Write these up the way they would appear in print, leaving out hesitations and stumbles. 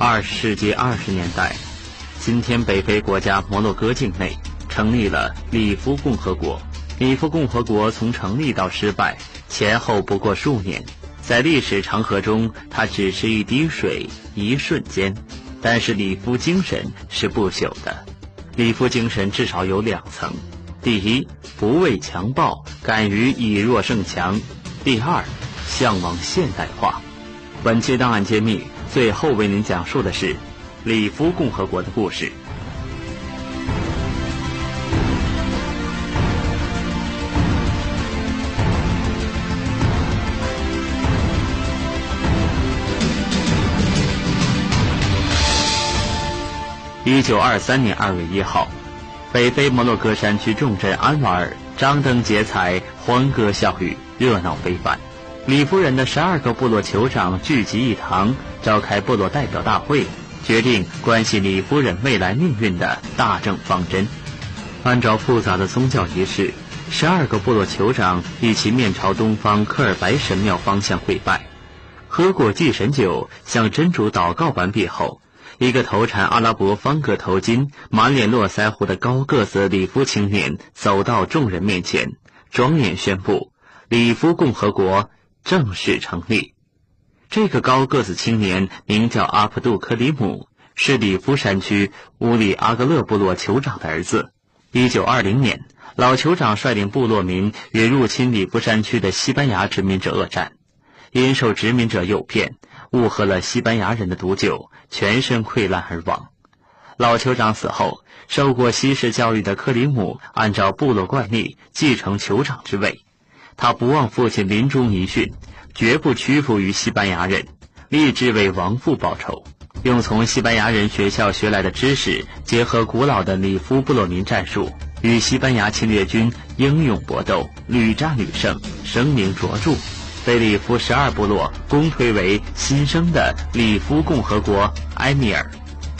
20世纪20年代，今天北非国家摩洛哥境内成立了里夫共和国。里夫共和国从成立到失败前后不过数年，在历史长河中，它只是一滴水，一瞬间。但是里夫精神是不朽的。里夫精神至少有2层：第一，不畏强暴，敢于以弱胜强；第二，向往现代化。本期档案揭秘最后为您讲述的是里夫共和国的故事。1923年2月1号，北非摩洛哥山区重镇安瓦尔张灯结彩，欢歌笑语，热闹非凡。里夫人的12个部落酋长聚集一堂，召开部落代表大会，决定关系里夫人未来命运的大政方针。按照复杂的宗教仪式，12个部落酋长一起面朝东方科尔白神庙方向跪拜，喝过祭神酒，向真主祷告完毕后，一个头缠阿拉伯方格头巾、满脸络腮胡的高个子里夫青年走到众人面前，庄严宣布里夫共和国正式成立。这个高个子青年名叫阿卜杜克里姆，是里夫山区乌里阿格勒部落酋长的儿子。1920年，老酋长率领部落民与入侵里夫山区的西班牙殖民者恶战，因受殖民者诱骗，误喝了西班牙人的毒酒，全身溃烂而亡。老酋长死后，受过西式教育的克里姆按照部落惯例继承酋长之位。他不忘父亲临终遗训，绝不屈服于西班牙人，立志为亡父报仇，用从西班牙人学校学来的知识，结合古老的里夫部落民战术，与西班牙侵略军英勇搏斗，屡战屡胜，声名卓著，被里夫12部落公推为新生的里夫共和国埃米尔。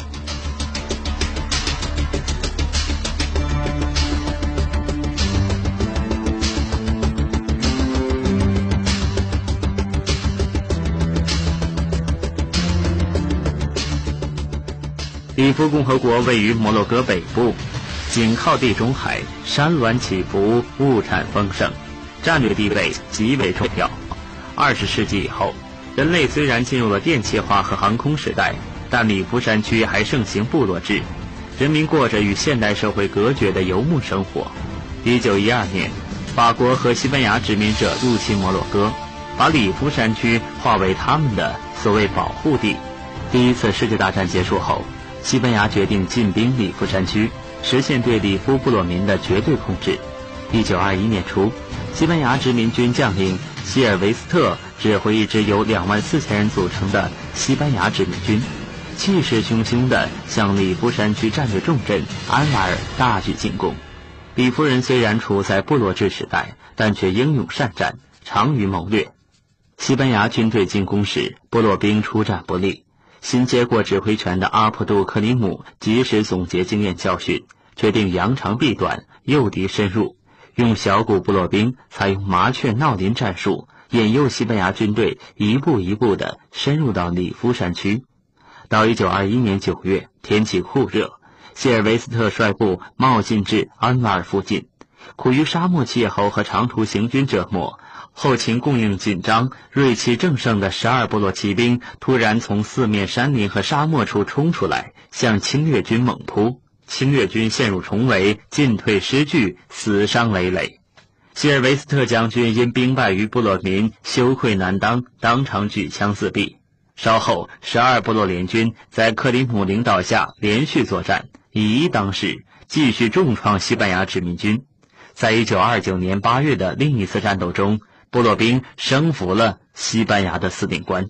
里夫共和国位于摩洛哥北部，紧靠地中海，山峦起伏，物产丰盛，战略地位极为重要。20世纪以后，人类虽然进入了电气化和航空时代，但里夫山区还盛行部落制，人民过着与现代社会隔绝的游牧生活。1912年，法国和西班牙殖民者入侵摩洛哥，把里夫山区划为他们的所谓保护地。第一次世界大战结束后，西班牙决定进兵里夫山区，实现对里夫部落民的绝对控制。1921年初，西班牙殖民军将领希尔维斯特指挥一支由24000人组成的西班牙殖民军，气势汹汹地向里夫山区战略重镇安瓦尔大举进攻。里夫人虽然处在部落制时代，但却英勇善战，长于谋略。西班牙军队进攻时，部落兵出战不利。新接过指挥权的阿卜杜克里姆及时总结经验教训，决定扬长避短，诱敌深入，用小股部落兵采用麻雀闹林战术，引诱西班牙军队一步一步地深入到里夫山区。到1921年9月，天气酷热，谢尔维斯特率部冒进至安瓦尔附近，苦于沙漠气候和长途行军折磨，后勤供应紧张，锐气正盛的12部落骑兵突然从四面山林和沙漠处冲出来，向侵略军猛扑。侵略军陷入重围，进退失据，死伤累累。希尔维斯特将军因兵败于部落民，羞愧难当，当场举枪自毙。稍后12部落联军在克里姆领导下连续作战，以一当十，继续重创西班牙殖民军。在1929年8月的另一次战斗中，部落兵升服了西班牙的司令官。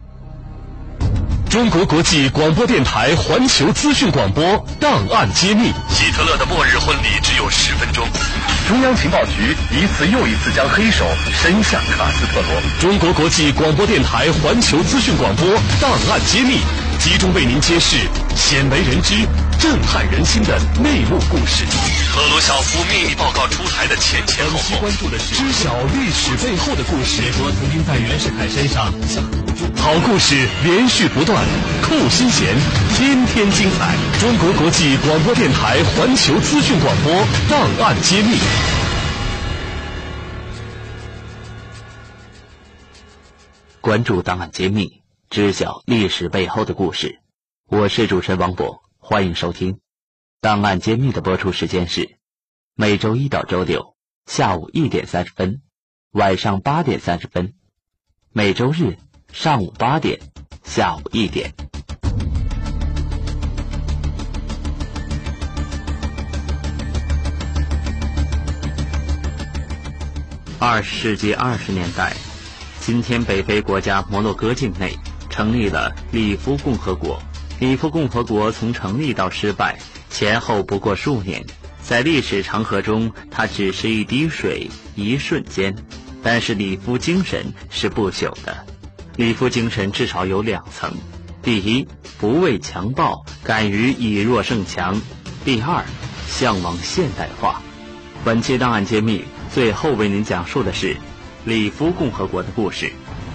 中国国际广播电台环球资讯广播档案揭秘：希特勒的末日婚礼只有10分钟。中央情报局一次又一次将黑手伸向卡斯特罗。中国国际广播电台环球资讯广播档案揭秘，集中为您揭示鲜为人知、震撼人心的内幕故事。 赫鲁晓夫秘密报告出台的前后后， 关注的是知晓历史背后的故事。 美国曾经在袁世凯身上下好故事连续不断，扣心弦，天天精彩。中国国际广播电台环球资讯广播档案揭秘。 关注档案揭秘，知晓历史背后的故事。我是主持人王博，欢迎收听。档案揭秘的播出时间是每周一到周六下午1点30分，晚上8点30分；每周日上午8点，下午1点。20世纪20年代，今天北非国家摩洛哥境内成立了里夫共和国。里夫共和国从成立到失败前后不过数年，在历史长河中，它只是一滴水，一瞬间。但是里夫精神是不朽的。里夫精神至少有2层：第一，不畏强暴，敢于以弱胜强；第二，向往现代化。本期档案揭秘最后为您讲述的是里夫共和国的故事。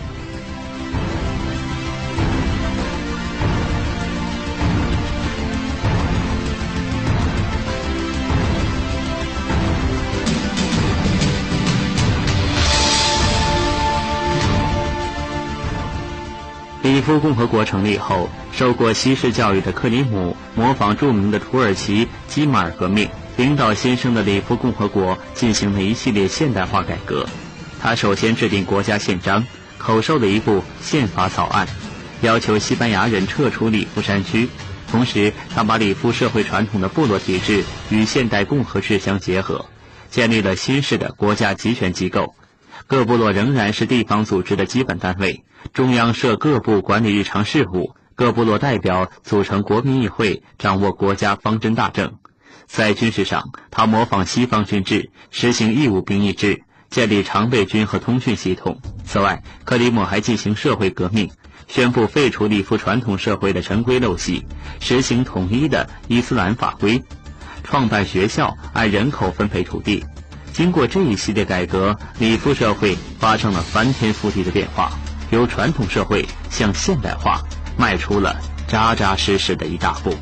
里夫共和国成立后，受过西式教育的克里姆模仿著名的土耳其基马尔革命，领导新生的里夫共和国进行了一系列现代化改革。他首先制定国家宪章，口授了一部宪法草案，要求西班牙人撤出里夫山区。同时，他把里夫社会传统的部落体制与现代共和制相结合，建立了新式的国家集权机构。各部落仍然是地方组织的基本单位，中央设各部管理日常事务，各部落代表组成国民议会，掌握国家方针大政。在军事上，他模仿西方军制，实行义务兵役制，建立常备军和通讯系统。此外，克里姆还进行社会革命，宣布废除里夫传统社会的陈规陋习，实行统一的伊斯兰法规，创办学校，按人口分配土地。经过这一系列改革，里夫社会发生了翻天覆地的变化，由传统社会向现代化迈出了扎扎实实的一大步。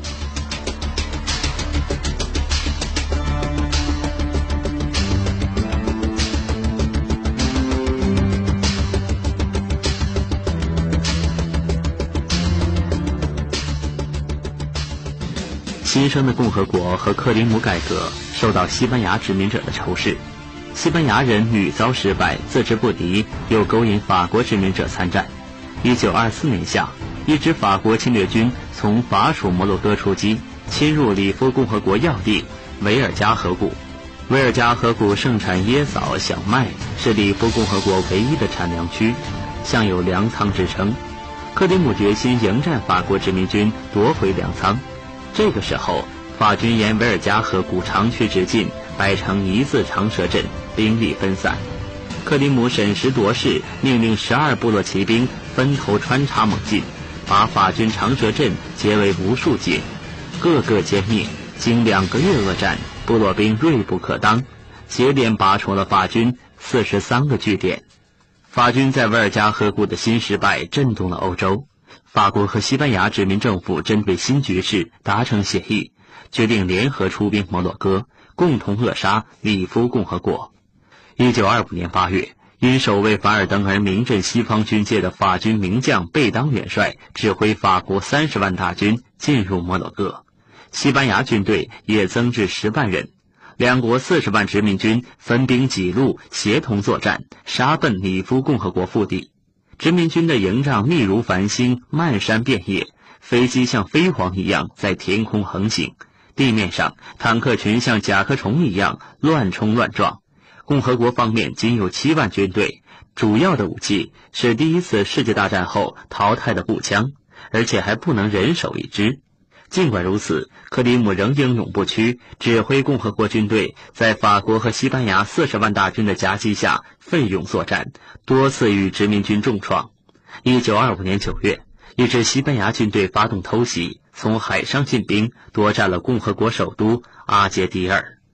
新生的共和国和克里姆改革受到西班牙殖民者的仇视，西班牙人屡遭失败，自知不敌，又勾引法国殖民者参战。1924年夏，一支法国侵略军从法属摩洛哥出击，侵入里夫共和国要地维尔加河谷。维尔加河谷盛产椰枣、小麦，是里夫共和国唯一的产粮区，享有粮仓之称。克里姆决心迎战法国殖民军，夺回粮仓。这个时候，法军沿维尔加河谷长驱直进，摆成一字长蛇阵，兵力分散。克里姆审时度势，命令12部落骑兵分头穿插猛进，把法军长蛇阵截为无数截，个个歼灭。经2个月恶战，部落兵锐不可当，接连拔除了法军43个据点。法军在维尔加河谷的新失败震动了欧洲。法国和西班牙殖民政府针对新局势达成协议，决定联合出兵摩洛哥，共同扼杀里夫共和国。1925年8月，因守卫凡尔登而名震西方军界的法军名将贝当元帅指挥法国30万大军进入摩洛哥，西班牙军队也增至10万人，两国40万殖民军分兵几路，协同作战，杀奔里夫共和国腹地。殖民军的营帐密如繁星，漫山遍野，飞机像飞蝗一样在天空横行，地面上坦克群像甲壳虫一样乱冲乱撞。共和国方面仅有7万军队，主要的武器是第一次世界大战后淘汰的步枪，而且还不能人手一支。尽管如此，克里姆仍英勇不屈，指挥共和国军队在法国和西班牙40万大军的夹击下奋勇作战，多次与殖民军重创。1925年9月，一支西班牙军队发动偷袭，从海上进兵，夺占了共和国首都阿杰迪尔。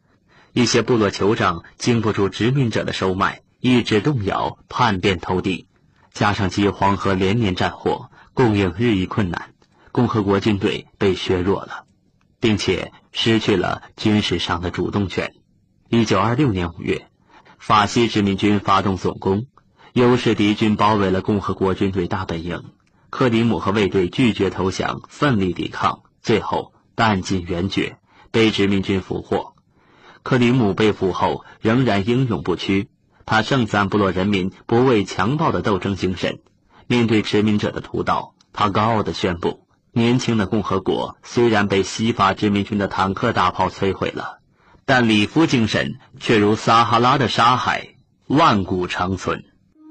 一些部落酋长经不住殖民者的收买，意志动摇，叛变投敌，加上饥荒和连年战火，供应日益困难，共和国军队被削弱了，并且失去了军事上的主动权。1926年5月，法西殖民军发动总攻，优势敌军包围了共和国军队大本营，克里姆和卫队拒绝投降，奋力抵抗，最后弹尽援绝，被殖民军俘获。克里姆被俘后仍然英勇不屈，他盛赞部落人民不畏强暴的斗争精神。面对殖民者的屠刀，他高傲地宣布，年轻的共和国虽然被西法殖民军的坦克大炮摧毁了，但里夫精神却如撒哈拉的沙海，万古长存。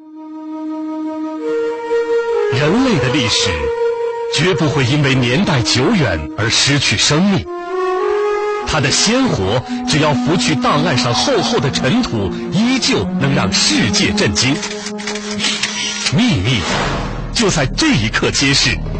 人类的历史绝不会因为年代久远而失去生命，它的鲜活只要拂去档案上厚厚的尘土，依旧能让世界震惊。秘密就在这一刻揭示。